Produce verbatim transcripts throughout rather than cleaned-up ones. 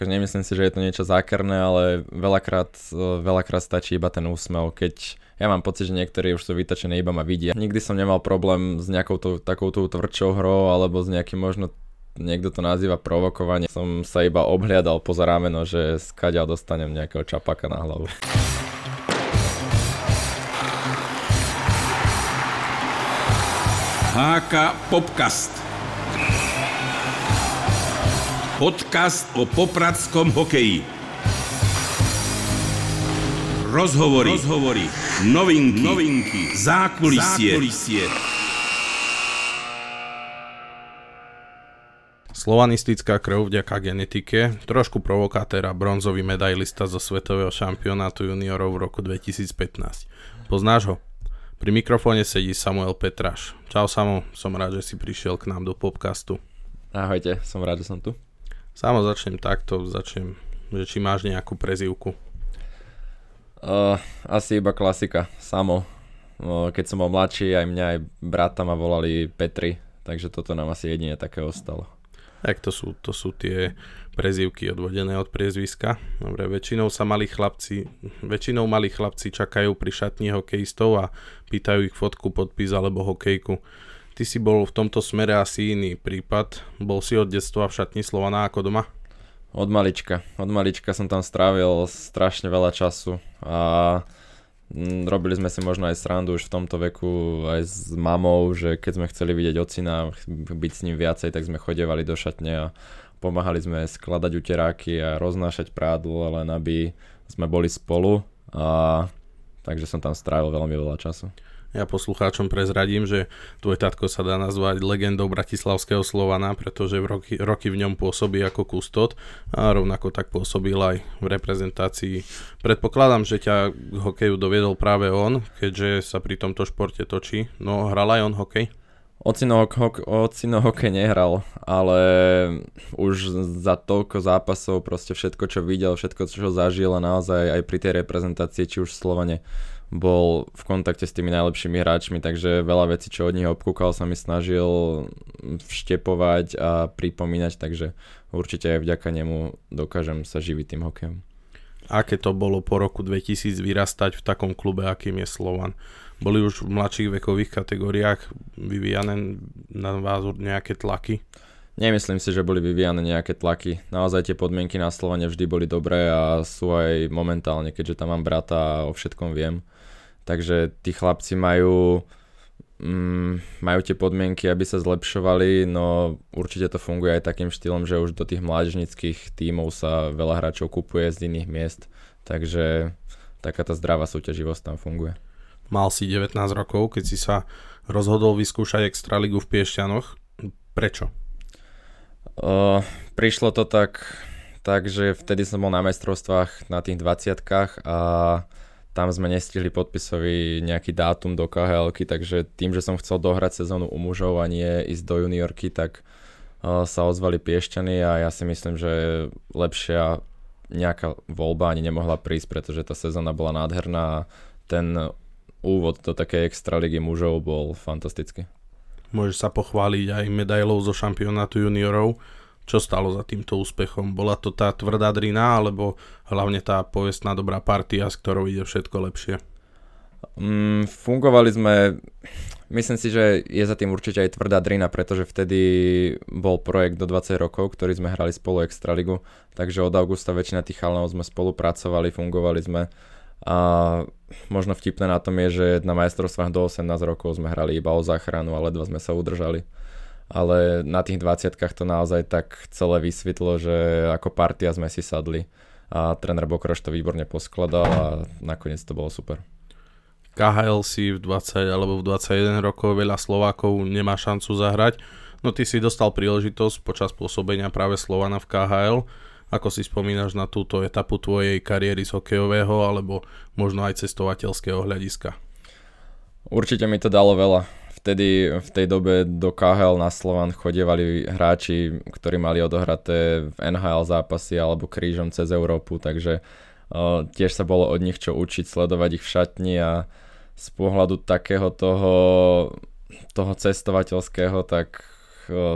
Nemyslím si, že je to niečo zákerné, ale veľakrát, veľakrát stačí iba ten úsmev, keď ja mám pocit, že niektorí už sú vytačení, iba ma vidia. Nikdy som nemal problém s nejakou to, takouto tvrdšou hrou alebo s nejakým možno, niekto to nazýva provokovanie. Som sa iba obhliadal poza rameno, že skadiaľ dostanem nejakého čapaka na hlavu. há ká Popcast. Podcast o popradskom hokeji. Rozhovory, Rozhovory. Novinky, Novinky. Zákulisie. Zákulisie. Slovanistická krv vďaka genetike, trošku provokatéra, bronzový medailista zo svetového šampionátu juniorov v roku dvetisícpätnásť. Poznáš ho? Pri mikrofóne sedí Samuel Petráš. Čau Samo, som rád, že si prišiel k nám do Popcastu. Ahojte, som rád, že som tu. Samo, začnem takto, začnem, že či máš nejakú prezývku. Uh, asi iba klasika, Samo. Uh, keď som bol mladší, aj mňa, aj brata ma volali Petri, takže toto nám asi jedine také ostalo. Tak to sú, to sú tie prezývky odvodené od priezviska. Dobre, väčšinou sa malí chlapci, väčšinou malí chlapci čakajú pri šatni hokejistov a pýtajú ich fotku, podpis alebo hokejku. Ty si bol v tomto smere asi iný prípad. Bol si od detstva v šatni Slovana ako doma? Od malička. Od malička som tam strávil strašne veľa času a robili sme si možno aj srandu už v tomto veku aj s mamou, že keď sme chceli vidieť ocina, byť s ním viacej, tak sme chodievali do šatne a pomáhali sme skladať uteráky a roznášať prádlo, len aby sme boli spolu a takže som tam strávil veľmi veľa času. Ja poslucháčom prezradím, že tvoj tatko sa dá nazvať legendou bratislavského Slovana, pretože v roky, roky v ňom pôsobí ako kustód a rovnako tak pôsobil aj v reprezentácii. Predpokladám, že ťa k hokeju doviedol práve on, keďže sa pri tomto športe točí. No, hral aj on hokej? Ocino, hok, ocino hokej nehral, ale už za toľko zápasov, proste všetko, čo videl, všetko, čo zažil a naozaj aj pri tej reprezentácii, či už v Slovane, bol v kontakte s tými najlepšími hráčmi, takže veľa vecí, čo od nich obkúkal, sa mi snažil vštepovať a pripomínať, takže určite aj vďaka nemu dokážem sa živiť tým hokejom. Aké to bolo po roku dvetisíc vyrastať v takom klube, akým je Slovan? Boli už v mladších vekových kategóriách vyvíjané na vás nejaké tlaky? Nemyslím si, že boli vyvíjane nejaké tlaky. Naozaj tie podmienky na Slovane vždy boli dobré a sú aj momentálne, keďže tam mám brata a o všetkom viem. Takže tí chlapci majú, mm, majú tie podmienky, aby sa zlepšovali, no určite to funguje aj takým štýlom, že už do tých mládežnických tímov sa veľa hráčov kupuje z iných miest, takže takáto zdravá súťaživosť tam funguje. Mal si devätnásť rokov, keď si sa rozhodol vyskúšať extraligu v Piešťanoch. Prečo? Uh, prišlo to tak, tak, že vtedy som bol na majstrovstvách na tých dvadsiatkách a tam sme nestihli podpisový nejaký dátum do ká há elky, takže tým, že som chcel dohrať sezónu u mužov a nie ísť do juniorky, tak uh, sa ozvali Piešťany a ja si myslím, že lepšia nejaká voľba ani nemohla prísť, pretože tá sezóna bola nádherná a ten úvod do takej extraligy mužov bol fantastický. Môžeš sa pochváliť aj medailou zo šampionátu juniorov. Čo stalo za týmto úspechom? Bola to tá tvrdá drina, alebo hlavne tá povestná dobrá partia, s ktorou ide všetko lepšie? Mm, fungovali sme, myslím si, že je za tým určite aj tvrdá drina, pretože vtedy bol projekt do dvadsať rokov, ktorý sme hrali spolu extraligu, takže od augusta väčšina tých chalanov sme spolupracovali, fungovali sme. A možno vtipné na tom je, že na majstrovstvách do osemnásť rokov sme hrali iba o záchranu a ledva sme sa udržali. Ale na tých dvadsiatkách to naozaj tak celé vysvetlo, že ako partia sme si sadli a tréner Bokroš to výborne poskladal a nakoniec to bolo super. ká há el si v dvadsať alebo v dvadsaťjeden rokov veľa Slovákov nemá šancu zahrať, no ty si dostal príležitosť počas pôsobenia práve Slovana v ká há el. Ako si spomínaš na túto etapu tvojej kariéry z hokejového alebo možno aj cestovateľského hľadiska? Určite mi to dalo veľa. Vtedy v tej dobe do ká há el na Slovan chodievali hráči, ktorí mali odohraté v en há el zápasy alebo krížom cez Európu, takže uh, tiež sa bolo od nich čo učiť, sledovať ich v šatni a z pohľadu takého toho, toho cestovateľského, tak uh,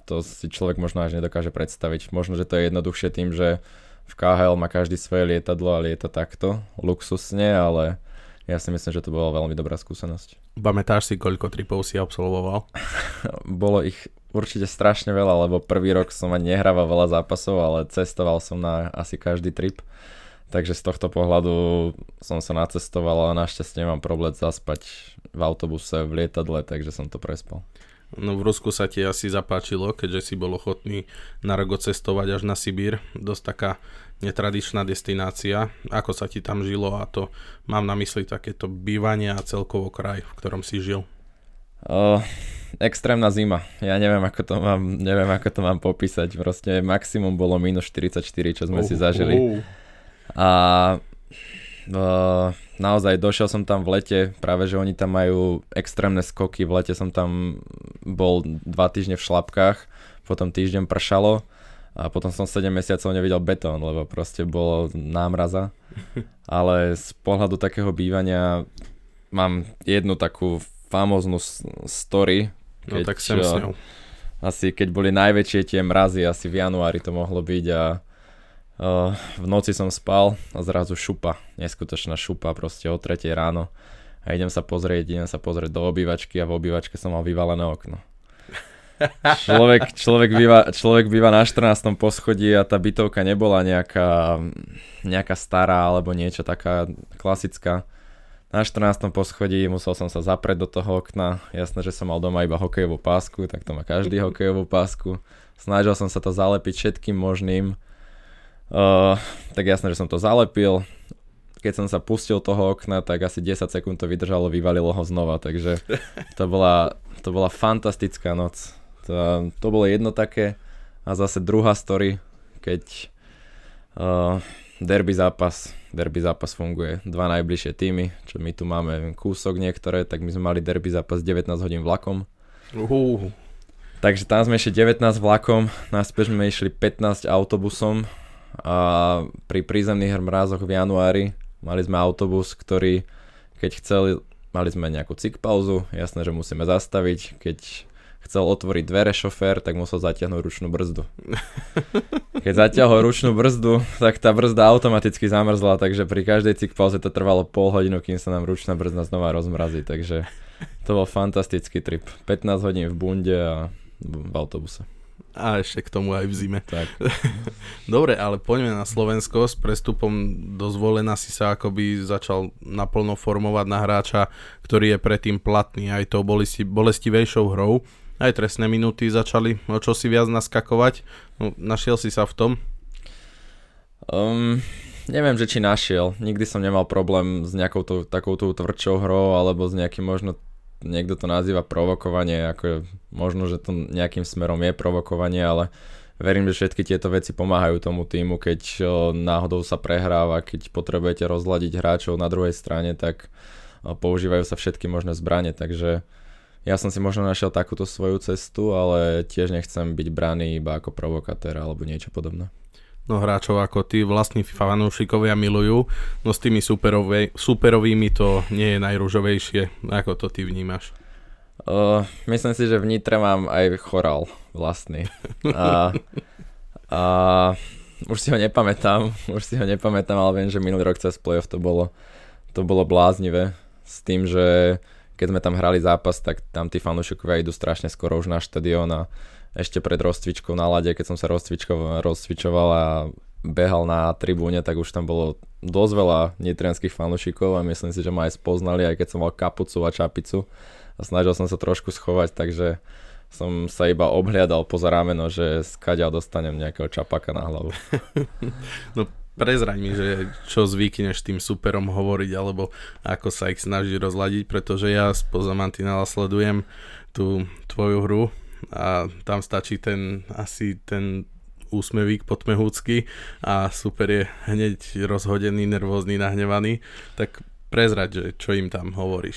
to si človek možno až nedokáže predstaviť. Možno, že to je jednoduchšie tým, že v ká há el má každý svoje lietadlo a lieta takto, luxusne, ale ja si myslím, že to bola veľmi dobrá skúsenosť. Pamätáš si, koľko tripov si absolvoval? Bolo ich určite strašne veľa, lebo prvý rok som ani nehrával veľa zápasov, ale cestoval som na asi každý trip. Takže z tohto pohľadu som sa nacestoval a našťastie nemám problém zaspať v autobuse, v lietadle, takže som to prespal. No v Rusku sa ti asi zapáčilo, keďže si bol ochotný na rok cestovať až na Sibír. Dosť taká netradičná destinácia. Ako sa ti tam žilo a to mám na mysli takéto bývanie a celkovo kraj, v ktorom si žil. Uh, extrémna zima. Ja neviem, ako to mám, neviem, ako to mám popísať. Proste maximum bolo mínus štyridsaťštyri, čo sme uh, si zažili. Uh. A uh, naozaj došiel som tam v lete, práve že oni tam majú extrémne skoky, v lete som tam bol dva týždne v šlapkách, potom týždeň pršalo a potom som sedem mesiacov nevidel betón, lebo proste bolo námraza. Ale z pohľadu takého bývania mám jednu takú famóznu story, keď, no tak sem s ňou. Asi keď boli najväčšie tie mrazy, asi v januári to mohlo byť a Uh, v noci som spal a zrazu šupa, neskutočná šupa proste o tretej ráno a idem sa pozrieť, idem sa pozrieť do obývačky a v obývačke som mal vyvalené okno. Človek, človek, býva, človek býva na štrnástom poschodí a tá bytovka nebola nejaká, nejaká stará alebo niečo taká klasická. Na štrnástom poschodí musel som sa zaprieť do toho okna, jasné, že som mal doma iba hokejovú pásku, tak to má každý hokejovú pásku. Snažil som sa to zalepiť všetkým možným. Uh, tak jasné, že som to zalepil. Keď som sa pustil toho okna, tak asi desať sekúnd to vydržalo, vyvalilo ho znova, takže to bola, to bola fantastická noc. To, to bolo jedno také a zase druhá story, keď uh, derby zápas, derby zápas funguje. Dva najbližšie týmy, čo my tu máme kúsok niektoré, tak my sme mali derby zápas devätnásť hodín vlakom. Uh. Takže tam sme išli devätnásť vlakom, naspäť sme išli pätnásť autobusom. A pri prízemných mrázoch v januári mali sme autobus, ktorý keď chceli, mali sme nejakú cykpauzu, jasné, že musíme zastaviť, keď chcel otvoriť dvere šofér, tak musel zatiahnuť ručnú brzdu. Keď zatiahol ručnú brzdu, tak tá brzda automaticky zamrzla, takže pri každej cykpauze to trvalo pol hodinu, kým sa nám ručná brzda znova rozmrazí, takže to bol fantastický trip. pätnásť hodín v bunde a v autobuse. A ešte k tomu aj v zime. Tak. Dobre, ale poďme na Slovensko. S prestupom do Zvolena si sa akoby začal naplno formovať na hráča, ktorý je predtým platný aj tou bolesti, bolestivejšou hrou. Aj trestné minúty začali o čosi viac naskakovať. No, našiel si sa v tom? Um, neviem, že či našiel. Nikdy som nemal problém s nejakou to, takouto tvrdšou hrou alebo s nejakým možno niekto to nazýva provokovanie, ako možno, že to nejakým smerom je provokovanie, ale verím, že všetky tieto veci pomáhajú tomu týmu, keď o, náhodou sa prehráva, keď potrebujete rozladiť hráčov na druhej strane, tak o, používajú sa všetky možné zbrane, takže ja som si možno našiel takúto svoju cestu, ale tiež nechcem byť braný iba ako provokatér alebo niečo podobné. No hráčov ako tí vlastní fanúšikovia milujú, no s tými superové, superovými to nie je najružovejšie. Ako to ty vnímaš? Uh, myslím si, že v Nitre mám aj chorál vlastný. A, a už si ho nepamätám, už si ho nepamätám, ale viem, že minulý rok cez playoff to bolo, to bolo bláznivé. S tým, že keď sme tam hrali zápas, tak tam tí fanúšikovia idú strašne skoro už na štadión a ešte pred rozcvičkou na ľade, keď som sa rozcvičkoval, rozcvičoval a behal na tribúne, tak už tam bolo dosť veľa nitrianskych fanúšikov a myslím si, že ma aj spoznali, aj keď som mal kapucu a čapicu a snažil som sa trošku schovať, takže som sa iba obhliadal poza rameno, že skadiaľ dostanem nejakého čapaka na hlavu. No prezraň mi, že čo zvykneš tým superom hovoriť, alebo ako sa ich snaží rozladiť, pretože ja spoza mantinéla sledujem tú tvoju hru a tam stačí ten asi ten úsmevík potmehúcky a super je hneď rozhodený, nervózny, nahnevaný. Tak prezrať, že čo im tam hovoríš.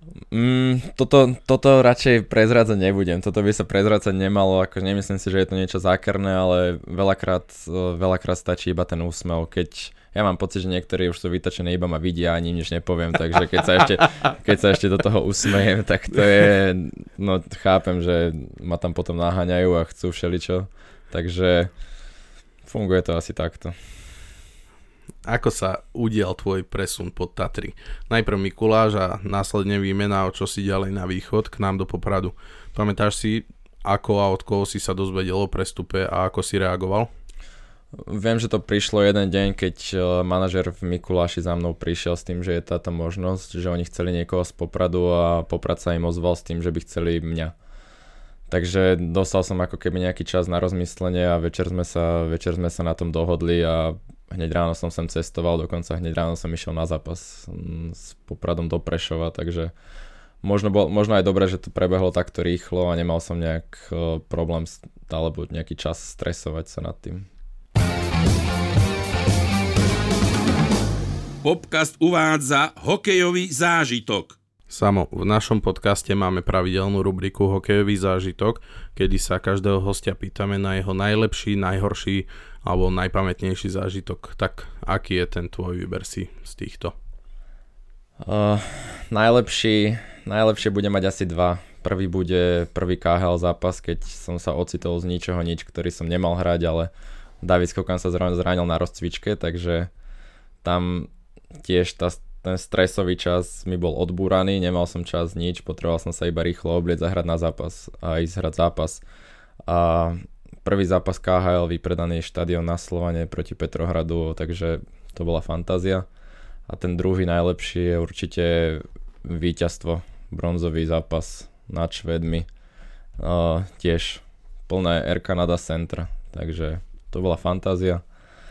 Mm, toto, toto radšej prezrádzať nebudem, toto by sa prezrádzať nemalo, ako nemyslím si, že je to niečo zákerné, ale veľakrát, veľakrát stačí iba ten úsmev, keď ja mám pocit, že niektorí už sú vytočení, iba ma vidia a ani nič nepoviem, takže keď sa ešte, keď sa ešte do toho usmejem, tak to je, no chápem, že ma tam potom naháňajú a chcú všeličo, takže funguje to asi takto. Ako sa udial tvoj presun pod Tatry? Najprv Mikuláš a následne výmena o čosi ďalej na východ k nám do Popradu. Pamätáš si, ako a od koho si sa dozvedel o prestupe a ako si reagoval? Viem, že to prišlo jeden deň, keď manažer v Mikuláši za mnou prišiel s tým, že je táto možnosť, že oni chceli niekoho z Popradu a Poprad sa im ozval s tým, že by chceli mňa. Takže dostal som ako keby nejaký čas na rozmyslenie a večer sme sa, večer sme sa na tom dohodli a hneď ráno som sem cestoval, dokonca hneď ráno som išiel na zápas s Popradom do Prešova, takže možno, bol, možno aj dobré, že to prebehlo takto rýchlo a nemal som nejak uh, problém alebo nejaký čas stresovať sa nad tým. Popcast uvádza hokejový zážitok. Samo, v našom podcaste máme pravidelnú rubriku Hokejový zážitok, kedy sa každého hostia pýtame na jeho najlepší, najhorší alebo najpamätnejší zážitok. Tak aký je ten tvoj, výber si z týchto? Uh, najlepší, najlepšie bude mať asi dva. Prvý bude prvý ká há el zápas, keď som sa ocitol z ničoho nič, ktorý som nemal hrať, ale David Skokan sa zranil na rozcvičke, takže tam tiež tá ten stresový čas mi bol odbúraný, nemal som čas nič, potreboval som sa iba rýchlo obliecť a hrať na zápas a ísť hrať zápas. A prvý zápas ká há el, vypredaný štadión na Slovane proti Petrohradu, takže to bola fantázia. A ten druhý najlepší je určite víťazstvo, bronzový zápas nad Švédmi. Uh, tiež plné Air Canada Center, takže to bola fantázia.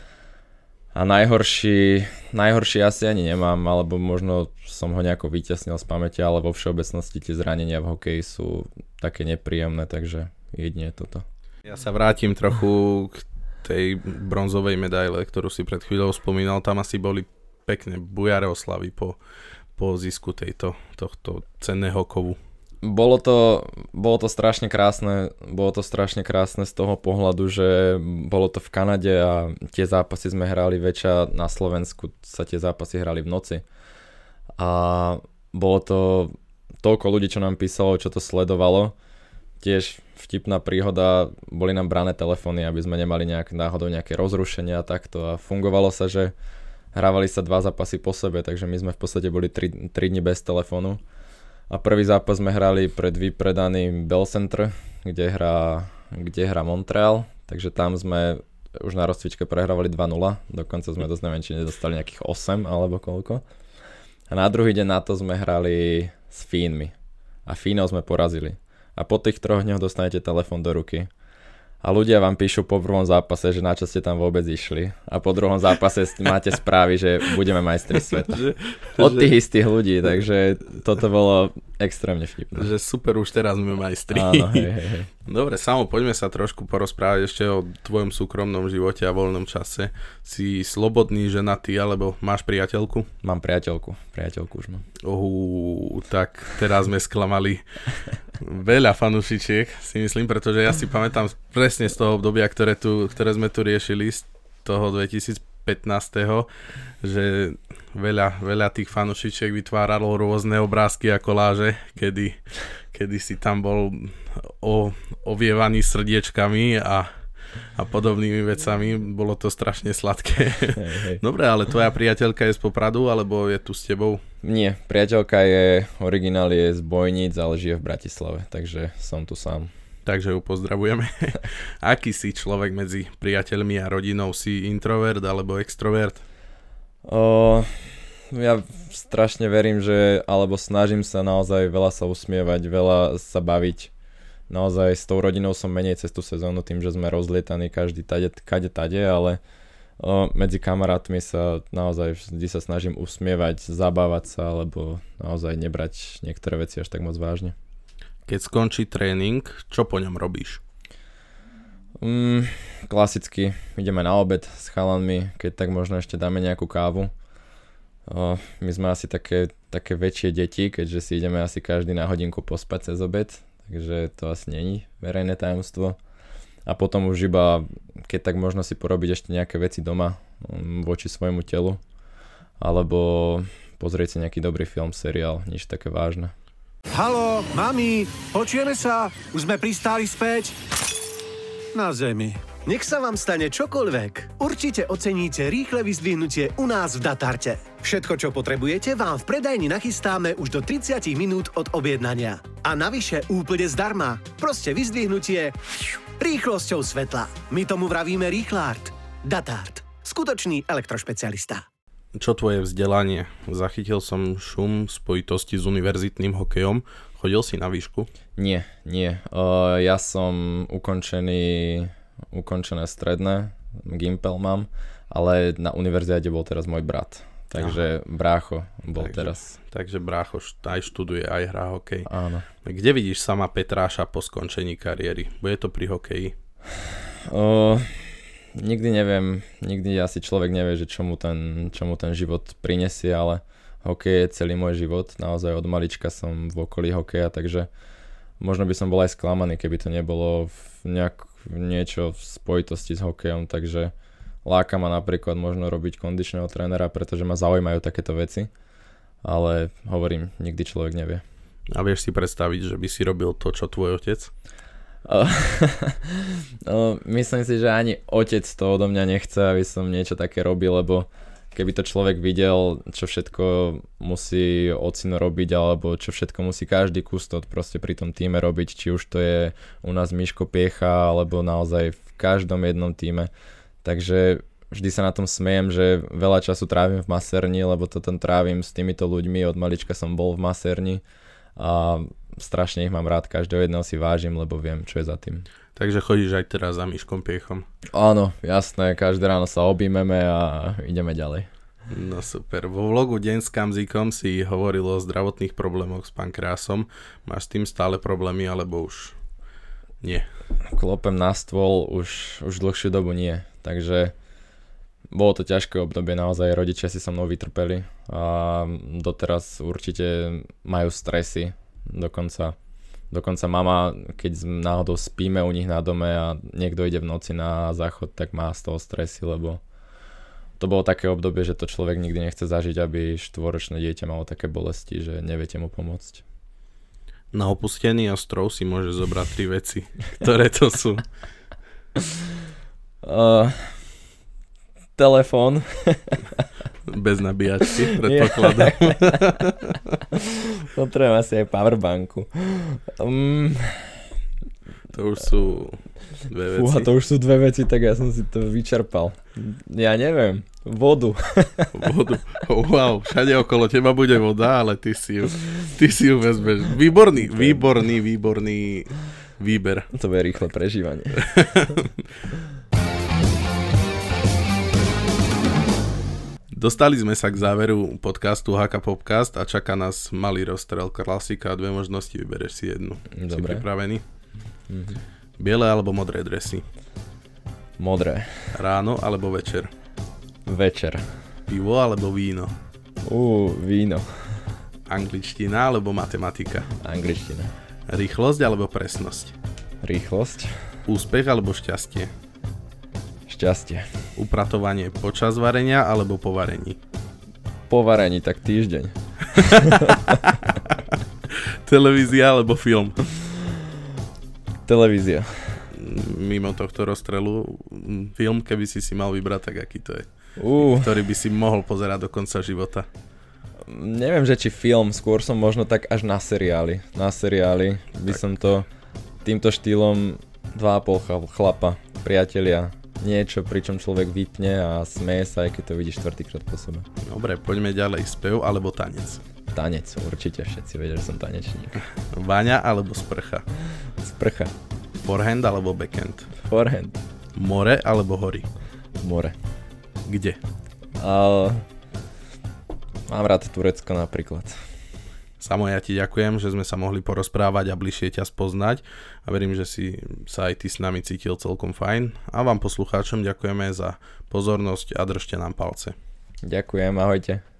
A najhorší, najhorší asi ani nemám, alebo možno som ho nejako vyťasnil z pamäti, ale vo všeobecnosti tie zranenia v hokeji sú také nepríjemné, takže jedine toto. Ja sa vrátim trochu k tej bronzovej medaile, ktorú si pred chvíľou spomínal. Tam asi boli pekné bujare oslavy po, po zisku tejto, tohto cenného kovu. Bolo to, bolo to strašne krásne, bolo to strašne krásne z toho pohľadu, že bolo to v Kanade a tie zápasy sme hrali večer, na Slovensku sa tie zápasy hrali v noci. A bolo to toľko ľudí, čo nám písalo, čo to sledovalo. Tiež vtipná príhoda, boli nám brané telefóny, aby sme nemali nejak náhodou nejaké rozrušenia a takto. A fungovalo sa, že hrávali sa dva zápasy po sebe, takže my sme v podstate boli tri dni bez telefónu. A prvý zápas sme hrali pred vypredaným Bell Center, kde hrá, kde hrá Montreal, takže tam sme už na rozcvičke prehrávali dva nula, dokonca sme dosť neviem, či nedostali nejakých osem alebo koľko. A na druhý deň na to sme hrali s Fínmi a Fínov sme porazili. A po tých troch dňoch dostanete telefón do ruky. A ľudia vám píšu po prvom zápase, že na čo ste tam vôbec išli. A po druhom zápase máte správy, že budeme majstri sveta. Od tých istých ľudí, takže toto bolo extrémne vtipné. Že super, už teraz sme majstri. Áno, hej, hej, hej. Dobre, Samo, poďme sa trošku porozprávať ešte o tvojom súkromnom živote a voľnom čase. Si slobodný, ženatý, alebo máš priateľku? Mám priateľku, priateľku už mám. Uhú, tak teraz sme sklamali veľa fanúšičiek, si myslím, pretože ja si pamätám presne z toho obdobia, ktoré, tu, ktoré sme tu riešili, z toho dvetisícpätnásť, že veľa, veľa tých fanúšičiek vytváralo rôzne obrázky a koláže, kedy, kedy si tam bol o, ovievaný srdiečkami a, a podobnými vecami. Bolo to strašne sladké. Hej, hej. Dobre, ale tvoja priateľka je z Popradu, alebo je tu s tebou? Nie, priateľka je, originál je z Bojníc, ale žije v Bratislave, takže som tu sám. Takže ju pozdravujeme. Aký si človek medzi priateľmi a rodinou? Si introvert alebo extrovert? O, ja strašne verím, že, alebo snažím sa naozaj veľa sa usmievať, veľa sa baviť. Naozaj s tou rodinou som menej cez tú sezónu tým, že sme rozlietaní každý tade, kade tade, ale o, medzi kamarátmi sa naozaj vždy sa snažím usmievať, zabávať sa, alebo naozaj nebrať niektoré veci až tak moc vážne. Keď skončí tréning, čo po ňom robíš? Mm, klasicky, ideme na obed s chalanmi, keď tak možno ešte dáme nejakú kávu. O, my sme asi také, také väčšie deti, keďže si ideme asi každý na hodinku pospať cez obed, takže to asi není verejné tajomstvo. A potom už iba, keď tak možno si porobiť ešte nejaké veci doma um, voči svojmu telu, alebo pozrieť si nejaký dobrý film, seriál, nič také vážne. Haló, mami, počujeme sa? Už sme pristáli späť? Na zemi. Nech sa vám stane čokoľvek. Určite oceníte rýchle vyzdvihnutie u nás v Datarte. Všetko, čo potrebujete, vám v predajni nachystáme už do tridsať minút od objednania. A navyše úplne zdarma. Proste vyzdvihnutie rýchlosťou svetla. My tomu vravíme Rýchlart. Datart. Skutočný elektrošpecialista. Čo tvoje vzdelanie? Zachytil som šum v spojitosti s univerzitným hokejom. Chodil si na výšku? Nie, nie. Uh, ja som ukončený, ukončené stredné, Gimpel mám, ale na univerziáde bol teraz môj brat. Takže Aha. brácho bol takže, teraz. Takže brácho aj študuje, aj hrá hokej. Áno. Kde vidíš sama Petráša po skončení kariéry? Bude to pri hokeji? Uh, nikdy neviem, nikdy asi človek nevie, že čo mu ten, čo mu ten život prinesie, ale hokej je celý môj život. Naozaj od malička som v okolí hokeja, takže možno by som bol aj sklamaný, keby to nebolo v nejak, niečo v spojitosti s hokejom, takže láka ma napríklad možno robiť kondičného trénera, pretože ma zaujímajú takéto veci, ale hovorím, nikdy človek nevie. A vieš si predstaviť, že by si robil to, čo tvoj otec? No, myslím si, že ani otec to odo mňa nechce, aby som niečo také robil, lebo keby to človek videl, čo všetko musí ocino robiť, alebo čo všetko musí každý kustot proste pri tom týme robiť, či už to je u nás Miško Piecha, alebo naozaj v každom jednom týme. Takže vždy sa na tom smejem, že veľa času trávim v maserni, lebo to tam trávim s týmito ľuďmi, od malička som bol v maserni a strašne ich mám rád, každého jedného si vážim, lebo viem, čo je za tým. Takže chodíš aj teraz za Miškom Piechom? Áno, jasné, každé ráno sa objímeme a ideme ďalej. No super. Vo vlogu Deň s Kamzikom si hovoril o zdravotných problémoch s pankreasom. Máš s tým stále problémy, alebo už nie? Klopem na stôl už, už dlhšiu dobu nie. Takže bolo to ťažké obdobie, naozaj rodičia si so mnou vytrpeli a doteraz určite majú stresy. Dokonca, dokonca mama, keď náhodou spíme u nich na dome a niekto ide v noci na záchod, tak má z toho stresy, lebo to bolo také obdobie, že to človek nikdy nechce zažiť, aby štvoročné dieťa malo také bolesti, že neviete mu pomôcť. Na opustený ostrov si môže zobrať tri veci. Ktoré to sú? Uh, telefón. Bez nabíjačky, predpokladám. Potrebujem asi aj powerbanku. Um, to už sú dve veci. Fúha, to už sú dve veci, tak ja som si to vyčerpal. Ja neviem. Vodu. Vodu. Oh, wow, všade okolo teba bude voda, ale ty si ju, ty si ju vezmeš. Výborný, výborný, výborný výber. To bude rýchle prežívanie. Dostali sme sa k záveru podcastu há ká Popcast a čaká nás malý rozstrel klasika. Dve možnosti, vybereš si jednu. Dobre. Si pripravený? Mhm. Biele alebo modré dresy? Modré. Ráno alebo večer? Večer. Pivo alebo víno? Uú, víno. Angličtina alebo matematika? Angličtina. Rýchlosť alebo presnosť? Rýchlosť. Úspech alebo šťastie? Šťastie. Upratovanie počas varenia alebo po varení? Po varení, tak týždeň. Televízia alebo film? Televízia. Mimo tohto rozstrelu, film, keby si si mal vybrať, tak aký to je? Uh. Ktorý by si mohol pozerať do konca života? Neviem, že či film, skôr som možno tak až na seriály. Na seriály by tak. Som to týmto štýlom dva a pol chlapa, priatelia, niečo, pričom človek vypne a smeje sa, aj keď to vidí štvrtýkrát po sebe. Dobre, poďme ďalej. Spev alebo tanec? Tanec, určite všetci vedia, že som tanečník. Váňa alebo sprcha? Sprcha. Forehand alebo backhand? Forehand. More alebo hory? More. Kde? Uh, mám rád Turecko napríklad. Samo, ja ti ďakujem, že sme sa mohli porozprávať a bližšie ťa spoznať a verím, že si sa aj ty s nami cítil celkom fajn a vám poslucháčom ďakujeme za pozornosť a držte nám palce. Ďakujem, ahojte.